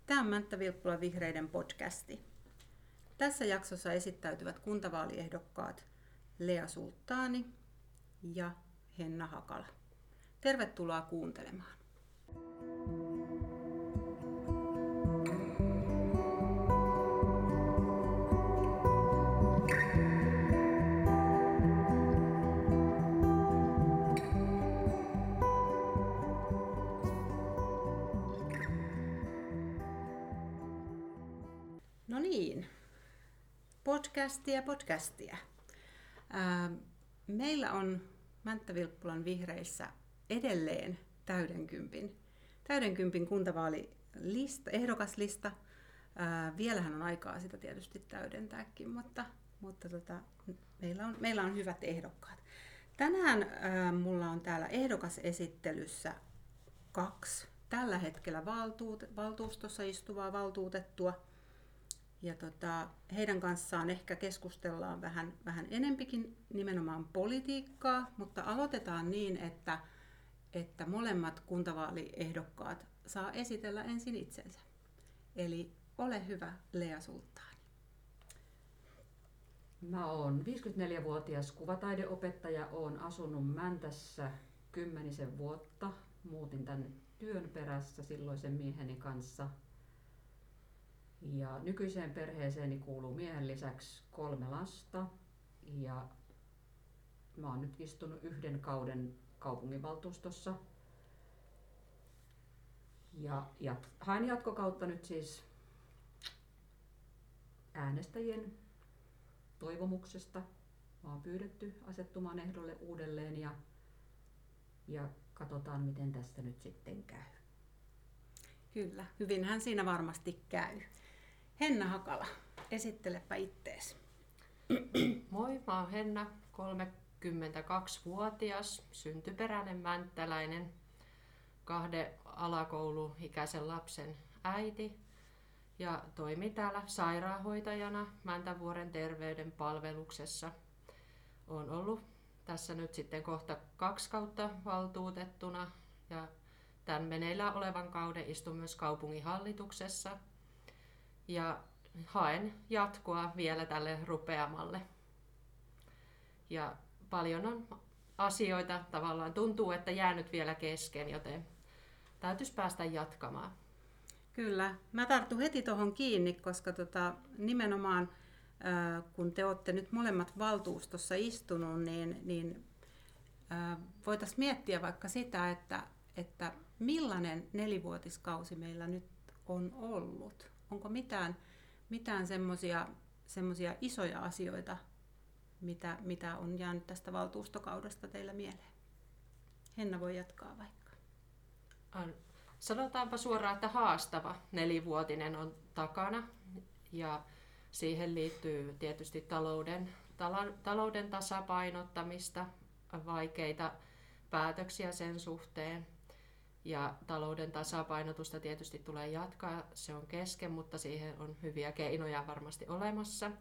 Tämä on Mänttä Vilppula Vihreiden podcasti. Tässä jaksossa esittäytyvät kuntavaaliehdokkaat Lea Sulttaani ja Henna Hakala. Tervetuloa kuuntelemaan. No niin, podcastia. Meillä on Mänttä Vilppulan Vihreissä edelleen täydenkympin kuntavaalilista, ehdokaslista. Vielähän on aikaa sitä tietysti täydentääkin, mutta meillä on hyvät ehdokkaat. Tänään mulla on täällä ehdokasesittelyssä 2 tällä hetkellä valtuustossa istuvaa valtuutettua. Ja heidän kanssaan ehkä keskustellaan vähän enempikin nimenomaan politiikkaa, mutta aloitetaan niin, että molemmat kuntavaaliehdokkaat saa esitellä ensin itsensä. Eli ole hyvä, Lea Sulttaani. Mä oon 54-vuotias kuvataideopettaja, oon asunut Mäntässä 10 vuotta. Muutin tänne työn perässä silloisen mieheni kanssa. Ja nykyiseen perheeseeni kuuluu miehen lisäksi 3 lasta ja mä oon nyt istunut 1 kauden kaupunginvaltuustossa. Ja haen jatkokautta nyt siis äänestäjien toivomuksesta. Mä oon pyydetty asettumaan ehdolle uudelleen ja katsotaan miten tästä nyt sitten käy. Kyllä, hyvinhän siinä varmasti käy. Henna Hakala, esittelepä ittees. Moi, mä oon Henna, 32-vuotias, syntyperäinen mänttäläinen, 2 alakouluikäisen lapsen äiti ja toimin täällä sairaanhoitajana Mäntävuoren terveyden palveluksessa. Oon ollut tässä nyt sitten kohta 2 kautta valtuutettuna ja tämän meneillään olevan kauden istun myös kaupunginhallituksessa ja haen jatkoa vielä tälle rupeamalle. Ja paljon on asioita, tavallaan tuntuu, että jäänyt vielä kesken, joten täytyisi päästä jatkamaan. Kyllä, mä tartun heti tuohon kiinni, koska nimenomaan kun te olette nyt molemmat valtuustossa istunut, niin voitaisiin miettiä vaikka sitä, että millainen 4-vuotiskausi meillä nyt on ollut. Onko mitään semmoisia isoja asioita, mitä on jäänyt tästä valtuustokaudesta teillä mieleen? Henna voi jatkaa vaikka. Sanotaanpa suoraan, että haastava 4-vuotinen on takana ja siihen liittyy tietysti talouden tasapainottamista, vaikeita päätöksiä sen suhteen. Ja talouden tasapainotusta tietysti tulee jatkaa, se on kesken, mutta siihen on hyviä keinoja varmasti olemassa.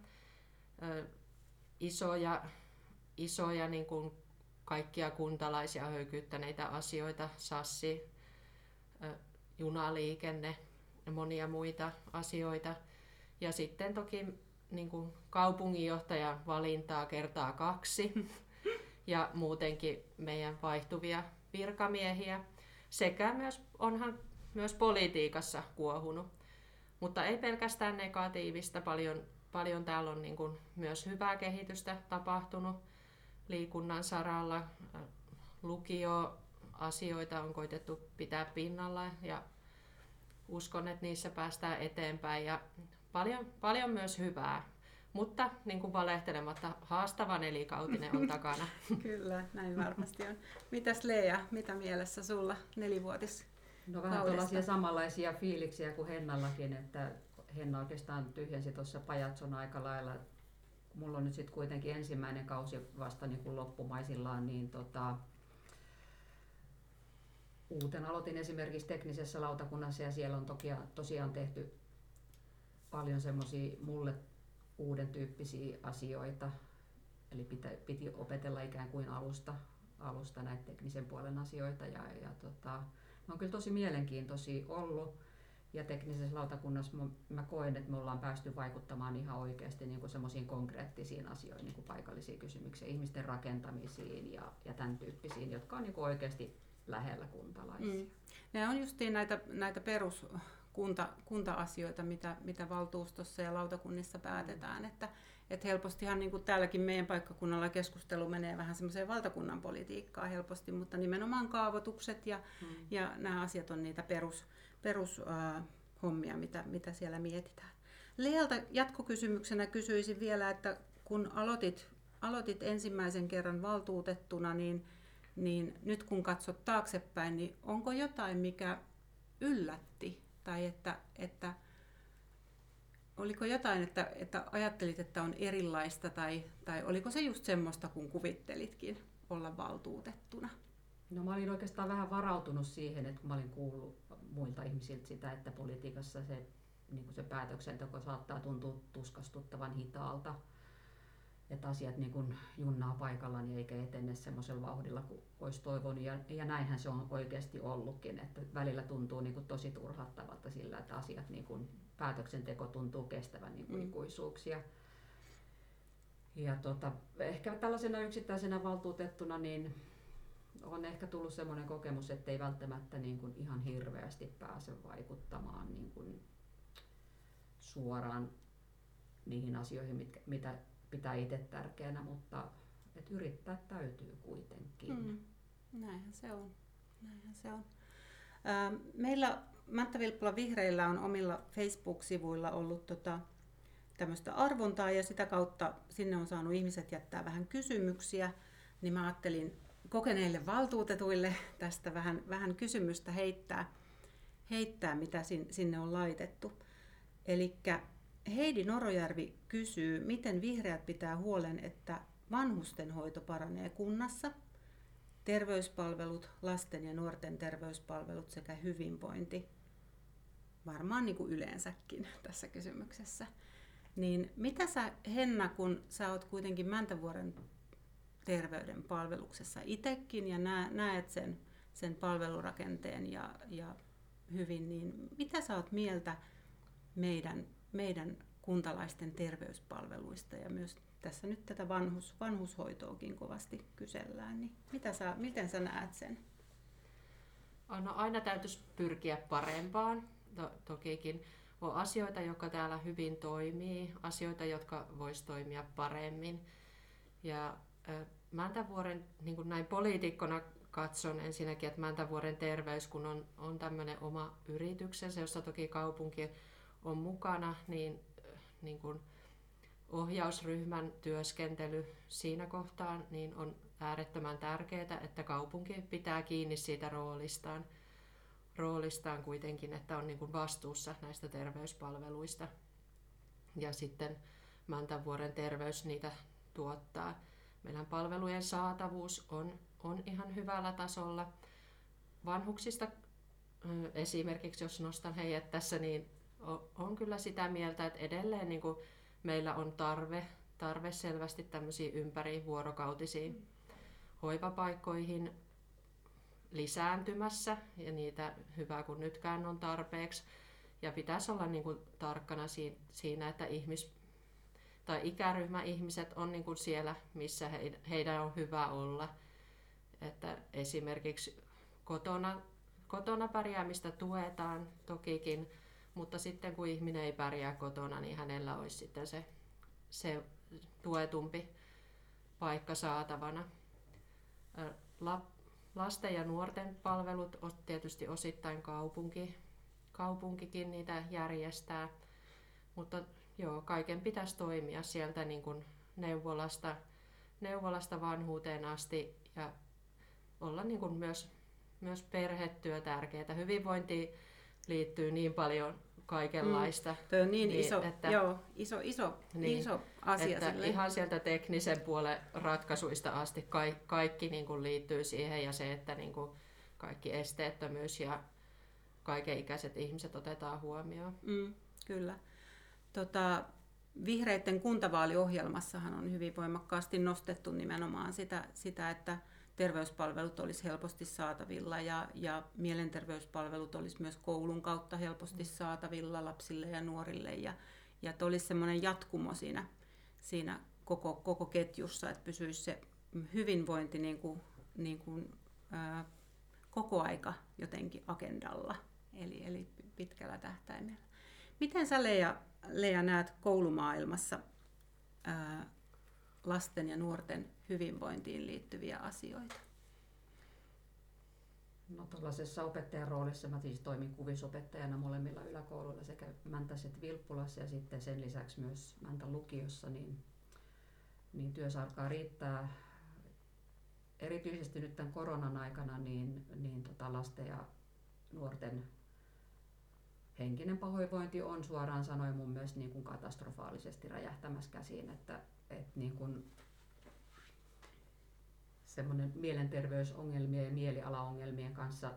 Isoja niin kuin kaikkia kuntalaisia höykyttäneitä asioita, SASSI, junaliikenne ja monia muita asioita. Ja sitten toki niin kuin kaupunginjohtajan valintaa kertaa 2 ja muutenkin meidän vaihtuvia virkamiehiä. Sekä onhan myös politiikassa kuohunut, mutta ei pelkästään negatiivista, paljon täällä on niin kuin myös hyvää kehitystä tapahtunut liikunnan saralla, lukioasioita on koitettu pitää pinnalla ja uskon, että niissä päästään eteenpäin ja paljon myös hyvää. Mutta niin kuin valehtelematta, haastava 4-kautinen on takana. Kyllä, näin varmasti on. Mitäs Lea, mitä mielessä sulla 4-vuotiskaudesta? No vähän tuollaisia samanlaisia fiiliksiä kuin Hennallakin, että Henna oikeastaan tyhjensi tuossa pajatson aika lailla. Mulla on nyt sitten kuitenkin ensimmäinen kausi vasta niin kuin loppumaisillaan, niin uutena aloitin esimerkiksi teknisessä lautakunnassa ja siellä on tosiaan tehty paljon semmoisia mulle uuden tyyppisiä asioita, eli piti opetella ikään kuin alusta näitä teknisen puolen asioita ja ne on kyllä tosi mielenkiintoisia ollut ja teknisessä lautakunnassa mä koen, että me ollaan päästy vaikuttamaan ihan oikeasti niin kuin semmoisiin konkreettisiin asioihin, niin kuin paikallisiin kysymyksiin, ihmisten rakentamisiin ja tämän tyyppisiin, jotka on niin kuin oikeasti lähellä kuntalaisia. Ne on justiin näitä peruskunta-asioita, mitä valtuustossa ja lautakunnissa päätetään, että helpostihan niin kuin täälläkin meidän paikkakunnalla keskustelu menee vähän semmoiseen valtakunnan politiikkaan helposti, mutta nimenomaan kaavoitukset ja nämä asiat on niitä perushommia, mitä siellä mietitään. Lealta jatkokysymyksenä kysyisin vielä, että kun aloitit ensimmäisen kerran valtuutettuna, niin nyt kun katsot taaksepäin, niin onko jotain, mikä yllätti? Tai että oliko jotain, että ajattelit, että on erilaista, tai oliko se just semmoista, kun kuvittelitkin olla valtuutettuna? No mä olin oikeastaan vähän varautunut siihen, että kun mä olin kuullut muilta ihmisiltä sitä, että politiikassa se päätöksenteko saattaa tuntua tuskastuttavan hitaalta, että asiat niin kuin junnaa paikallaan eikä etene semmoisella vauhdilla kuin olisi toivonut. Ja näinhän se on oikeasti ollutkin, että välillä tuntuu niin kuin tosi turhauttavalta sillä, että asiat niin kuin päätöksenteko tuntuu kestävän niin kuin ikuisuuksia. Ja ehkä tällaisena yksittäisenä valtuutettuna niin on ehkä tullut semmoinen kokemus, että ei välttämättä niin kuin ihan hirveästi pääse vaikuttamaan niin kuin suoraan niihin asioihin, mitä pitää itse tärkeänä, mutta et yrittää täytyy kuitenkin. Näinhän se on. Meillä Mäntä Vilppula Vihreillä on omilla Facebook-sivuilla ollut tämmöistä arvontaa ja sitä kautta sinne on saanut ihmiset jättää vähän kysymyksiä, niin mä ajattelin kokeneille valtuutetuille tästä vähän kysymystä heittää mitä sinne on laitettu. Elikkä Heidi Norojärvi kysyy, miten vihreät pitää huolen, että vanhustenhoito paranee kunnassa, terveyspalvelut, lasten ja nuorten terveyspalvelut sekä hyvinvointi, varmaan niin kuin yleensäkin tässä kysymyksessä. Niin mitä sä, Henna, kun sä oot kuitenkin Mäntävuoren terveyden palveluksessa itsekin ja näet sen palvelurakenteen ja hyvin, niin mitä sä oot mieltä meidän kuntalaisten terveyspalveluista ja myös tässä nyt tätä vanhushoitoakin kovasti kysellään, niin miten sä näet sen? No, aina täytyisi pyrkiä parempaan. Tokikin on asioita, jotka täällä hyvin toimii, asioita, jotka vois toimia paremmin. Ja Mäntävuoren, niin kuin näin poliitikkona katson ensinnäkin, että Mäntävuoren terveys, kun on tämmöinen oma yrityksensä, jossa toki kaupunki on mukana, niin kuin ohjausryhmän työskentely siinä kohtaa niin on äärettömän tärkeää, että kaupunki pitää kiinni siitä roolistaan kuitenkin, että on niin kuin vastuussa näistä terveyspalveluista. Ja sitten Mäntävuoren terveys niitä tuottaa. Meidän palvelujen saatavuus on ihan hyvällä tasolla. Vanhuksista esimerkiksi, jos nostan heidät tässä, niin on kyllä sitä mieltä, että edelleen niin kuin meillä on tarve selvästi tämmöisiin ympärivuorokautisiin hoivapaikkoihin lisääntymässä, ja niitä hyvä kun nytkään on tarpeeksi. Ja pitäisi olla niin kuin tarkkana siinä, että ikäryhmä ihmiset on niin kuin siellä, missä heidän on hyvä olla. Että esimerkiksi kotona pärjäämistä tuetaan tokikin, mutta sitten kun ihminen ei pärjää kotona, niin hänellä olisi sitten se tuetumpi paikka saatavana. Lasten ja nuorten palvelut on tietysti osittain kaupunkikin niitä järjestää, mutta joo, kaiken pitäisi toimia sieltä niin kuin neuvolasta vanhuuteen asti ja olla niin kuin myös perhetyö tärkeää. Hyvinvointiin liittyy niin paljon kaikenlaista. Tuo on niin iso asia. Että ihan sieltä teknisen puolen ratkaisuista asti kaikki niin kuin liittyy siihen ja se, että niin kuin kaikki esteettömyys ja kaikenikäiset ihmiset otetaan huomioon. Kyllä. Vihreiden kuntavaaliohjelmassahan on hyvin voimakkaasti nostettu nimenomaan sitä, että terveyspalvelut olisi helposti saatavilla ja mielenterveyspalvelut olisi myös koulun kautta helposti saatavilla lapsille ja nuorille. Ja että olisi semmoinen jatkumo siinä koko ketjussa, että pysyisi se hyvinvointi koko aika jotenkin agendalla, eli pitkällä tähtäimellä. Miten sä Lea näet koulumaailmassa lasten ja nuorten hyvinvointiin liittyviä asioita? No tällaisessa opettajan roolissa mä siis toimin kuvisopettajana molemmilla yläkouluilla sekä Mäntässä että Vilppulassa ja sitten sen lisäksi myös Mäntän lukiossa, niin työsarkaa riittää. Erityisesti nyt tämän koronan aikana lasten ja nuorten henkinen pahoinvointi on suoraan sanoen mun mielestä niin kuin katastrofaalisesti räjähtämässä käsiin, että niin kuin semmoinen mielenterveysongelmien ja mielialaongelmien kanssa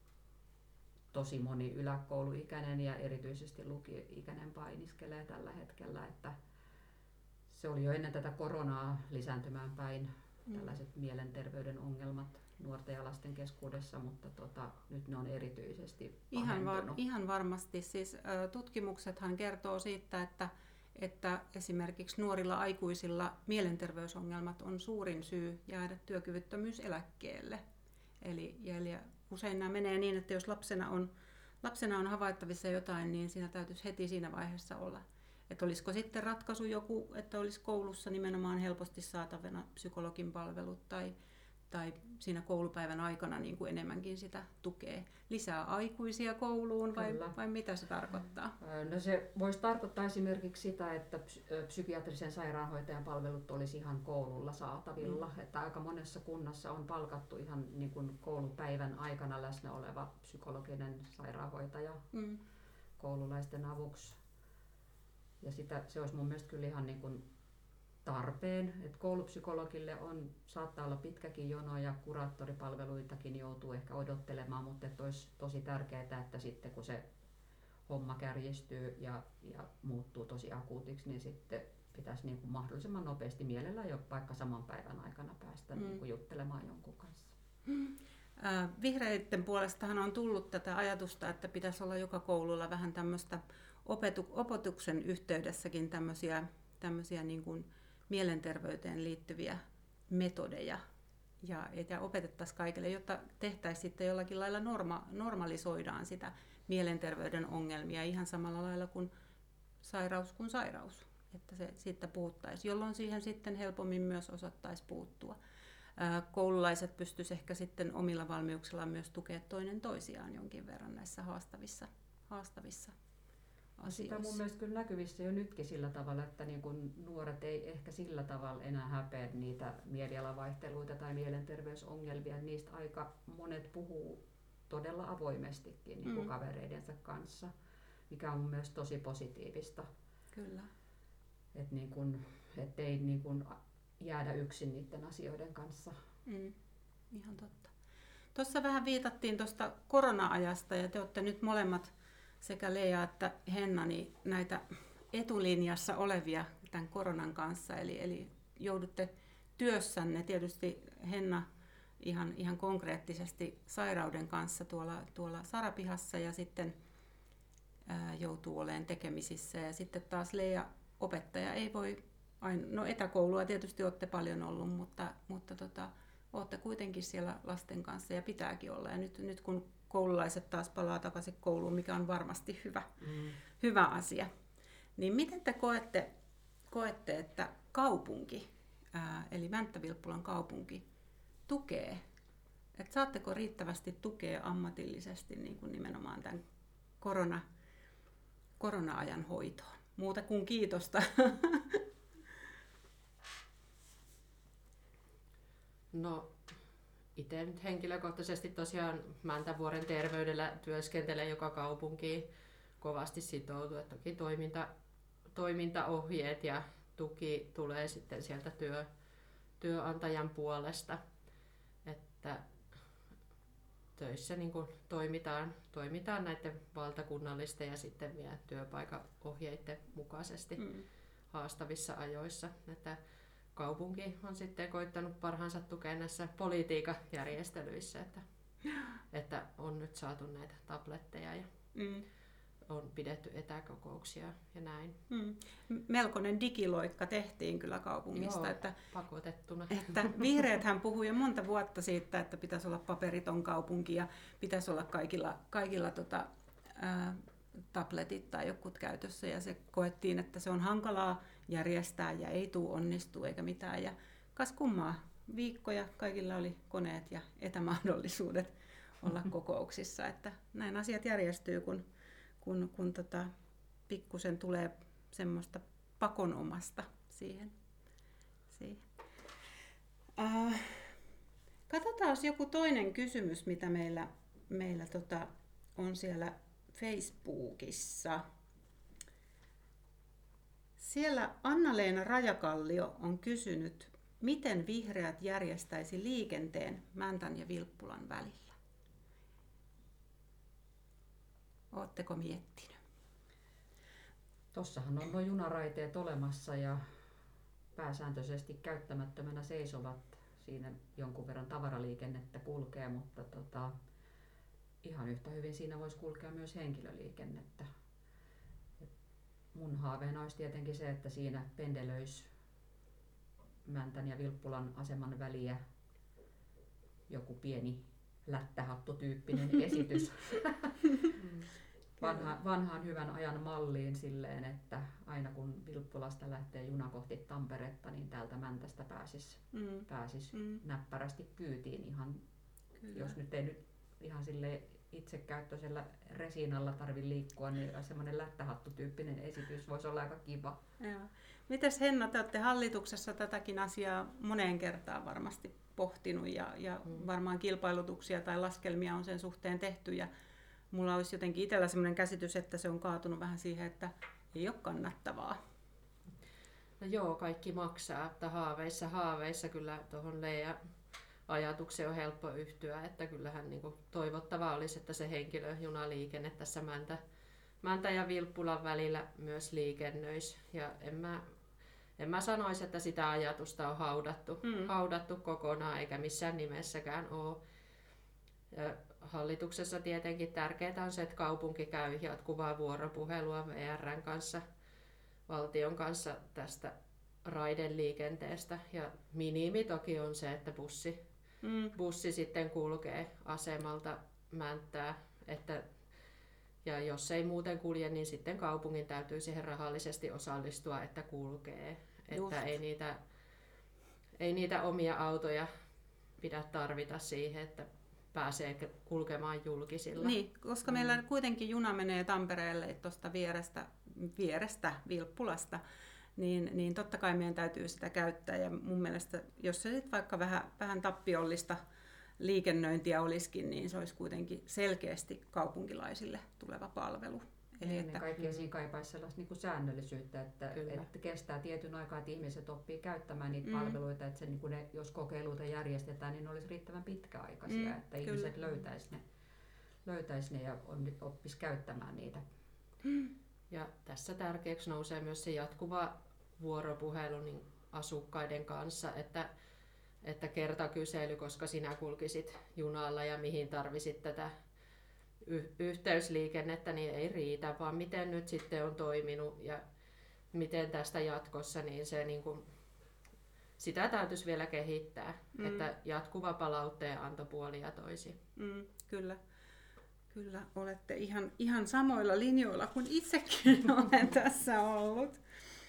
tosi moni yläkouluikäinen ja erityisesti lukioikäinen painiskelee tällä hetkellä, että se oli jo ennen tätä koronaa lisääntymään päin tällaiset mielenterveyden ongelmat nuorten ja lasten keskuudessa, mutta nyt ne on erityisesti pahentunut. Ihan varmasti. Siis, tutkimuksethan kertoo siitä, että esimerkiksi nuorilla aikuisilla mielenterveysongelmat on suurin syy jäädä työkyvyttömyyseläkkeelle. Eli usein nämä menee niin, että jos lapsena on havaittavissa jotain, niin siinä täytyisi heti siinä vaiheessa olla. Että olisiko sitten ratkaisu joku, että olisi koulussa nimenomaan helposti saatavana psykologin palvelut tai siinä koulupäivän aikana niin kuin enemmänkin sitä tukee. Lisää aikuisia kouluun vai mitä se tarkoittaa? No se voisi tarkoittaa esimerkiksi sitä, että psykiatrisen sairaanhoitajan palvelut olisi ihan koululla saatavilla. Että aika monessa kunnassa on palkattu ihan niin kuin koulupäivän aikana läsnä oleva psykologinen sairaanhoitaja koululaisten avuksi. Ja se olisi mun mielestä kyllä ihan niin kuin tarpeen, että koulupsykologille saattaa olla pitkäkin jono ja kuraattoripalveluitakin joutuu ehkä odottelemaan, mutta että olisi tosi tärkeää, että sitten kun se homma kärjistyy ja muuttuu tosi akuutiksi, niin sitten pitäisi niin kuin mahdollisimman nopeasti mielellään jo vaikka saman päivän aikana päästä niin kuin juttelemaan jonkun kanssa. Vihreiden puolestahan on tullut tätä ajatusta, että pitäisi olla joka koululla vähän tämmöistä opetuksen yhteydessäkin tämmöisiä niin kuin mielenterveyteen liittyviä metodeja ja opetettaisiin kaikille, jotta tehtäisiin sitten jollakin lailla normalisoidaan sitä mielenterveyden ongelmia ihan samalla lailla kuin sairaus, että siitä puhuttaisiin, jolloin siihen sitten helpommin myös osattaisi puuttua. Koululaiset pystyisivät ehkä sitten omilla valmiuksillaan myös tukemaan toinen toisiaan jonkin verran näissä haastavissa asioissa. Sitä mun mielestä kyllä näkyvissä jo nytkin sillä tavalla, että niin kun nuoret ei ehkä sillä tavalla enää häpeä niitä mielialavaihteluita tai mielenterveysongelmia. Niistä aika monet puhuu todella avoimestikin niin kuin kavereidensa kanssa, mikä on mun mielestä tosi positiivista. Kyllä. Ettei niin kun jäädä yksin niiden asioiden kanssa. Ihan totta. Tuossa vähän viitattiin tuosta korona-ajasta ja te olette nyt molemmat sekä Lea että Henna niin näitä etulinjassa olevia tämän koronan kanssa, eli joudutte työssänne tietysti Henna ihan konkreettisesti sairauden kanssa tuolla Sarapihassa ja sitten joutuu olemaan tekemisissä ja sitten taas Lea opettaja ei voi etäkoulua tietysti olette paljon ollut, mutta olette kuitenkin siellä lasten kanssa ja pitääkin olla ja nyt kun koululaiset taas palaa takaisin kouluun, mikä on varmasti hyvä asia. Niin miten te koette että kaupunki, eli Mänttä-Vilppulan kaupunki, tukee? Et saatteko riittävästi tukea ammatillisesti niin kuin nimenomaan tämän korona-ajan hoitoon? Muuta kuin kiitosta. No, itse nyt henkilökohtaisesti tosiaan Mäntävuoren terveydellä työskentelen joka kaupunkiin kovasti sitoutuu. Toki toimintaohjeet ja tuki tulee sitten sieltä työnantajan puolesta, että töissä niin kuin toimitaan näiden valtakunnallisten ja sitten vielä työpaikan ohjeiden mukaisesti haastavissa ajoissa. Että kaupunki on sitten koittanut parhaansa tukea näissä politiikan järjestelyissä, että on nyt saatu näitä tabletteja ja on pidetty etäkokouksia ja näin. Melkoinen digiloikka tehtiin kyllä kaupungista. Joo, että, pakotettuna. Että vihreäthän puhui jo monta vuotta siitä, että pitäisi olla paperiton kaupunki ja pitäisi olla kaikilla tabletit tai jokut käytössä. Ja se koettiin, että se on hankalaa järjestää ja ei tule onnistua eikä mitään. Ja kas kummaa, viikkoja kaikilla oli koneet ja etämahdollisuudet olla kokouksissa. Että näin asiat järjestyy, kun pikkusen tulee semmoista pakonomasta siihen. Katsotaan joku toinen kysymys, mitä meillä on siellä Facebookissa. Siellä Anna-Leena Rajakallio on kysynyt, miten vihreät järjestäisi liikenteen Mäntän ja Vilppulan välillä. Oletteko miettinyt? Tossahan on nuo junaraiteet olemassa ja pääsääntöisesti käyttämättömänä seisovat. Siinä jonkun verran tavaraliikennettä kulkee, mutta ihan yhtä hyvin siinä voisi kulkea myös henkilöliikennettä. Mun haaveena olisi tietenkin se, että siinä pendelöisi Mäntän ja Vilppulan aseman väliä joku pieni lättähattutyyppinen esitys vanhaan hyvän ajan malliin silleen, että aina kun Vilppulasta lähtee juna kohti Tamperetta, niin täältä Mäntästä pääsis näppärästi kyytiin ihan, kyllä. Jos nyt ei nyt ihan sille itsekäyttöisellä resiinalla tarvitse liikkua, niin semmoinen lättähattutyyppinen esitys voisi olla aika kiva. Joo. Mites Henna, te olette hallituksessa tätäkin asiaa moneen kertaan varmasti pohtinut ja varmaan kilpailutuksia tai laskelmia on sen suhteen tehty ja mulla olisi jotenkin itsellä semmoinen käsitys, että se on kaatunut vähän siihen, että ei ole kannattavaa. No joo, kaikki maksaa, että haaveissa kyllä tuohon Leija ajatukseen on helppo yhtyä, että kyllähän niin kuin toivottavaa olisi, että se henkilöjunaliikenne tässä Mäntän ja Vilppulan välillä myös liikennöisi. Ja en mä sanoisi, että sitä ajatusta on haudattu kokonaan eikä missään nimessäkään ole. Ja hallituksessa tietenkin tärkeää on se, että kaupunki käy jatkuvaa vuoropuhelua VR:n kanssa, valtion kanssa tästä raideliikenteestä. Ja minimi toki on se, että bussi sitten kulkee asemalta Mänttää. Ja jos ei muuten kulje, niin sitten kaupungin täytyy siihen rahallisesti osallistua, että kulkee. Just. Että ei niitä omia autoja pidä tarvita siihen, että pääsee kulkemaan julkisilla. Niin, koska meillä kuitenkin juna menee Tampereelle tuosta vierestä Vilppulasta, niin totta kai meidän täytyy sitä käyttää. Ja mun mielestä, jos se sitten vaikka vähän tappiollista liikennöintiä olisikin, niin se olisi kuitenkin selkeästi kaupunkilaisille tuleva palvelu. Eli että kaikkea siinä kaipaisi sellaista niin kuin säännöllisyyttä, että kestää tietyn aikaa, että ihmiset oppii käyttämään niitä palveluita, että se, niin kuin jos kokeiluita järjestetään, niin ne olisi riittävän pitkäaikaisia, että ihmiset löytäisi ne ja oppisi käyttämään niitä. Ja tässä tärkeäksi nousee myös se jatkuva vuoropuhelu niin asukkaiden kanssa, että kertakysely, koska sinä kulkisit junalla ja mihin tarvisit tätä yhteysliikennettä, niin ei riitä, vaan miten nyt sitten on toiminut ja miten tästä jatkossa, niin se niin kuin, sitä täytyisi vielä kehittää, että jatkuva palautteen anto puoli ja toisi. Kyllä, olette ihan samoilla linjoilla kuin itsekin olen tässä ollut.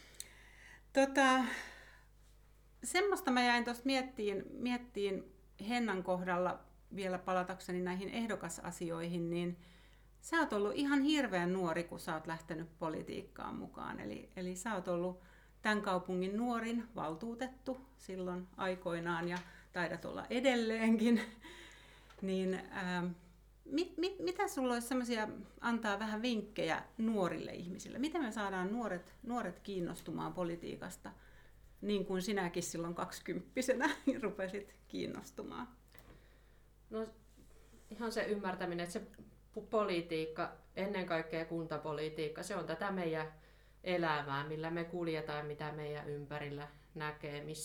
Semmoista mä jäin tuosta miettiin Hennan kohdalla vielä palatakseni näihin ehdokasasioihin, niin sä oot ollut ihan hirveän nuori, kun sä oot lähtenyt politiikkaan mukaan. Eli sä oot ollut tämän kaupungin nuorin valtuutettu silloin aikoinaan ja taidat olla edelleenkin. Niin, mitä sulla olisi sellaisia antaa vähän vinkkejä nuorille ihmisille? Miten me saadaan nuoret kiinnostumaan politiikasta, niin kuin sinäkin silloin 20-vuotiaana rupesit kiinnostumaan? No ihan se ymmärtäminen, että se politiikka, ennen kaikkea kuntapolitiikka, se on tätä meidän elämää, millä me kuljetaan, mitä meidän ympärillä näkee,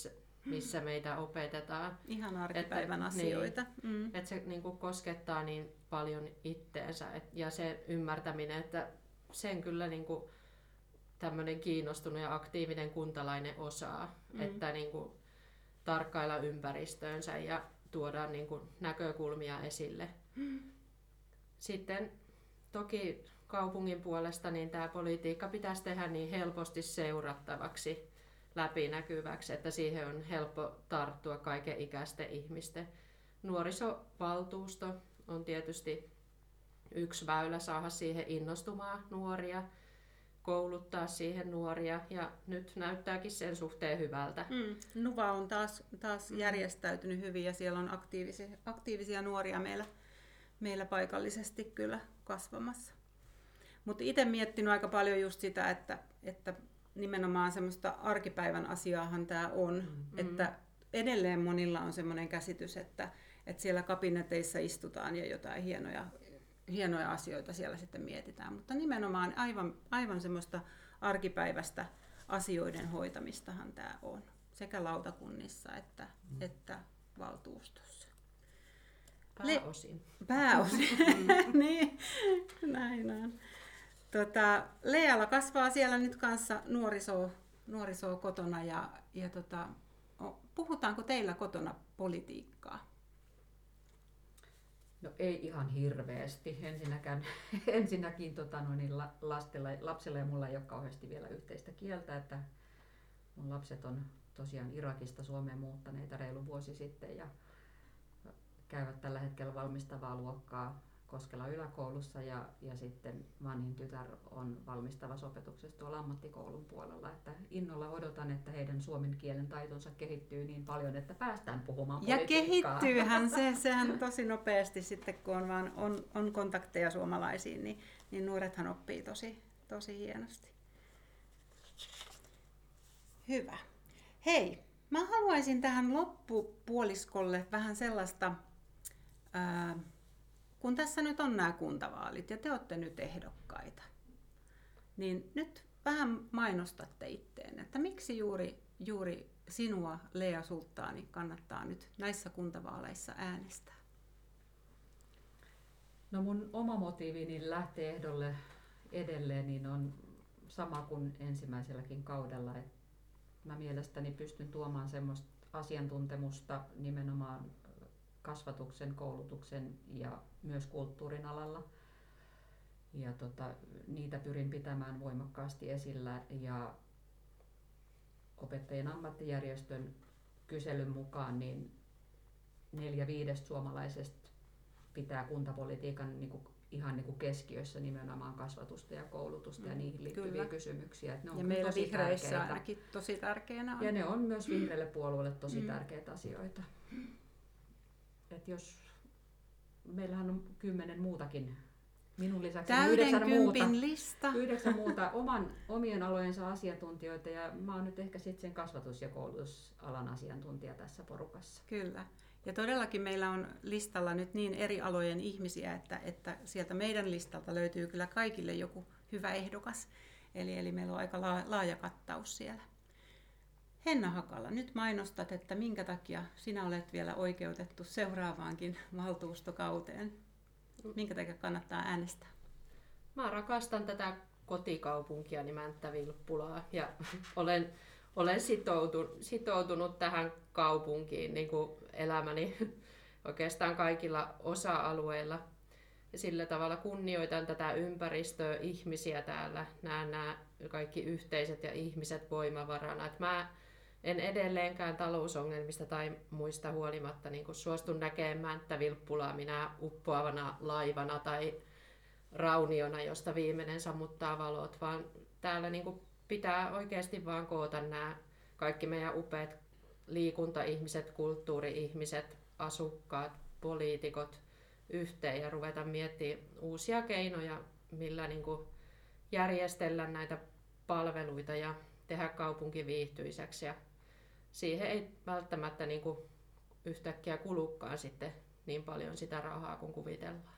missä meitä opetetaan. Ihan arkipäivän asioita. Niin, että se niin kuin koskettaa niin paljon itteensä ja se ymmärtäminen, että sen kyllä niin kuin tämmöinen kiinnostunut ja aktiivinen kuntalainen osaa, että niin kuin tarkkailla ympäristöönsä ja tuodaan niin kuin näkökulmia esille. Sitten toki kaupungin puolesta niin tämä politiikka pitäisi tehdä niin helposti seurattavaksi, läpinäkyväksi, että siihen on helppo tarttua kaiken ikäisten ihmisten. Nuorisovaltuusto on tietysti yksi väylä saada siihen innostumaan nuoria, kouluttaa siihen nuoria ja nyt näyttääkin sen suhteen hyvältä. Nuva on taas järjestäytynyt hyvin ja siellä on aktiivisia nuoria meillä paikallisesti kyllä kasvamassa. Mutta itse miettinyt aika paljon just sitä, että nimenomaan semmoista arkipäivän asiaahan tämä on, että edelleen monilla on semmoinen käsitys, että siellä kabineteissa istutaan ja jotain hienoja asioita siellä sitten mietitään, mutta nimenomaan aivan semmoista arkipäivästä asioiden hoitamistahan tämä on, sekä lautakunnissa että valtuustossa. Pääosin. Niin, näin on. Lealla kasvaa siellä nyt kanssa nuorisoa kotona ja puhutaanko teillä kotona politiikkaa? No ei ihan hirveästi. Ensinnäkin lapsilla ja mulla ei ole kauheasti vielä yhteistä kieltä, että mun lapset on tosiaan Irakista Suomeen muuttaneita reilu vuosi sitten ja käyvät tällä hetkellä valmistavaa luokkaa Koskelan yläkoulussa ja sitten vanhin tytär on valmistavassa opetuksessa tuolla ammattikoulun puolella. Että innolla odotan, että heidän suomen kielen taitonsa kehittyy niin paljon, että päästään puhumaan politiikkaa. Ja kehittyyhän sehän tosi nopeasti sitten, kun on kontakteja suomalaisiin, niin nuorethan oppii tosi hienosti. Hyvä. Hei, mä haluaisin tähän loppupuoliskolle vähän sellaista... Kun tässä nyt on nämä kuntavaalit ja te olette nyt ehdokkaita, niin nyt vähän mainostatte itteen, että miksi juuri sinua, Lea Sulttaani, kannattaa nyt näissä kuntavaaleissa äänestää? No mun oma motiivini lähteä ehdolle edelleen niin on sama kuin ensimmäiselläkin kaudella. Että mä mielestäni pystyn tuomaan semmoista asiantuntemusta nimenomaan kasvatuksen, koulutuksen ja myös kulttuurin alalla. Ja niitä pyrin pitämään voimakkaasti esillä ja opettajien ammattijärjestön kyselyn mukaan niin 4/5 suomalaisesta pitää kuntapolitiikan ihan keskiössä nimenomaan kasvatusta ja koulutusta ja niihin liittyviä kysymyksiä. Että ne on ja meillä tosi vihreissä tärkeitä. ainakin tosi tärkeänä on. Ja ne on myös vihreille puolueille tosi tärkeitä asioita. Et jos meillähän on 10 muutakin, minun lisäksi 9 muuta omien alojensa asiantuntijoita ja mä oon nyt ehkä sitten sen kasvatus- ja koulutusalan asiantuntija tässä porukassa. Kyllä. Ja todellakin meillä on listalla nyt niin eri alojen ihmisiä, että sieltä meidän listalta löytyy kyllä kaikille joku hyvä ehdokas. Eli meillä on aika laaja kattaus siellä. Henna Hakala, nyt mainostat, että minkä takia sinä olet vielä oikeutettu seuraavaankin valtuustokauteen. Minkä takia kannattaa äänestää? Mä rakastan tätä kotikaupunkia nimeltä Vilppulaa ja olen sitoutunut tähän kaupunkiin niin kuin elämäni oikeastaan kaikilla osa-alueilla. Ja sillä tavalla kunnioitan tätä ympäristöä, ihmisiä täällä, näen nämä kaikki yhteisöt ja ihmiset voimavarana. Että mä en edelleenkään talousongelmista tai muista huolimatta niin kuin suostun näkemään tätä Vilppulaa minä uppoavana laivana tai rauniona, josta viimeinen sammuttaa valot, vaan täällä niin kuin pitää oikeasti vaan koota nämä kaikki meidän upeat liikunta-ihmiset, kulttuuri-ihmiset, asukkaat, poliitikot yhteen ja ruveta miettimään uusia keinoja, millä niin kuin järjestellä näitä palveluita ja tehdä kaupunki viihtyiseksi. Ja siihen ei välttämättä niin kuin yhtäkkiä kulukaan sitten niin paljon sitä rahaa kuin kuvitellaan.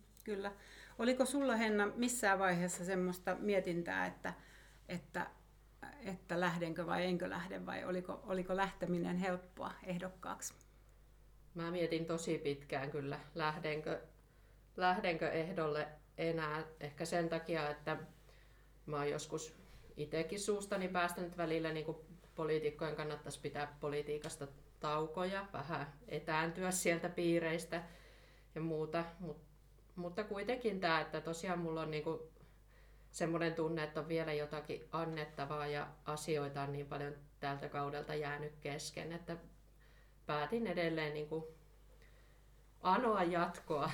Kyllä. Oliko sulla, Henna, missään vaiheessa semmoista mietintää, että että lähdenkö vai enkö lähde, vai oliko lähteminen helppoa ehdokkaaksi? Mä mietin tosi pitkään kyllä, lähdenkö ehdolle enää. Ehkä sen takia, että mä oon joskus itsekin suustani päästänyt välillä, niin kuin poliitikkojen kannattaisi pitää politiikasta taukoja, vähän etääntyä sieltä piireistä ja muuta. Mutta kuitenkin tämä, että tosiaan mulla on niinku semmoinen tunne, että on vielä jotakin annettavaa ja asioita on niin paljon tältä kaudelta jäänyt kesken, että päätin edelleen niinku anoa jatkoa.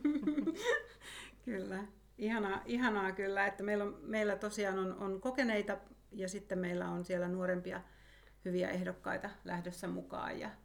Kyllä. Ihanaa kyllä, että meillä tosiaan on kokeneita ja sitten meillä on siellä nuorempia hyviä ehdokkaita lähdössä mukaan ja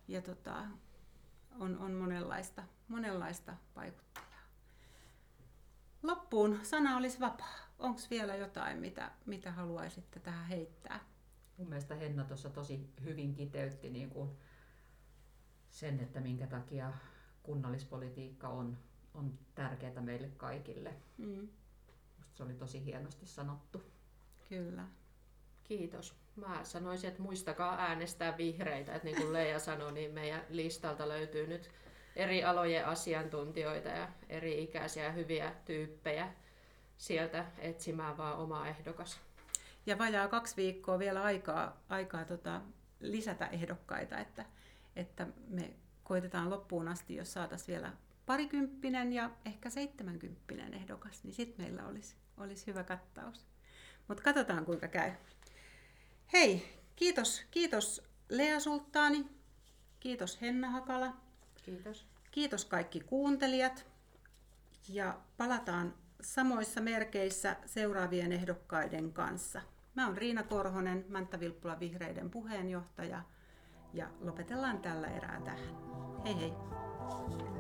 on monenlaista vaikuttajaa. Loppuun sana olisi vapaa. Onko vielä jotain, mitä haluaisitte tähän heittää? Mun mielestä Henna tuossa tosi hyvin kiteytti niin kuin sen, että minkä takia kunnallispolitiikka on tärkeää meille kaikille. Musta se oli tosi hienosti sanottu. Kyllä. Kiitos. Mä sanoisin, että muistakaa äänestää vihreitä. Että niin kuin Leija sanoi, niin meidän listalta löytyy nyt eri alojen asiantuntijoita ja eri ikäisiä hyviä tyyppejä sieltä etsimään vaan oma ehdokas. Ja vajaa 2 viikkoa vielä aikaa lisätä ehdokkaita, että me koitetaan loppuun asti, jos saataisiin vielä 20 ja ehkä 70 ehdokas, niin sitten meillä olisi hyvä kattaus. Mutta katsotaan kuinka käy. Hei, kiitos Lea Sulttaani, kiitos Henna Hakala. Kiitos. Kiitos kaikki kuuntelijat ja palataan samoissa merkeissä seuraavien ehdokkaiden kanssa. Mä oon Riina Korhonen, Mänttä-Vilppula Vihreiden puheenjohtaja ja lopetellaan tällä erää tähän. Hei hei!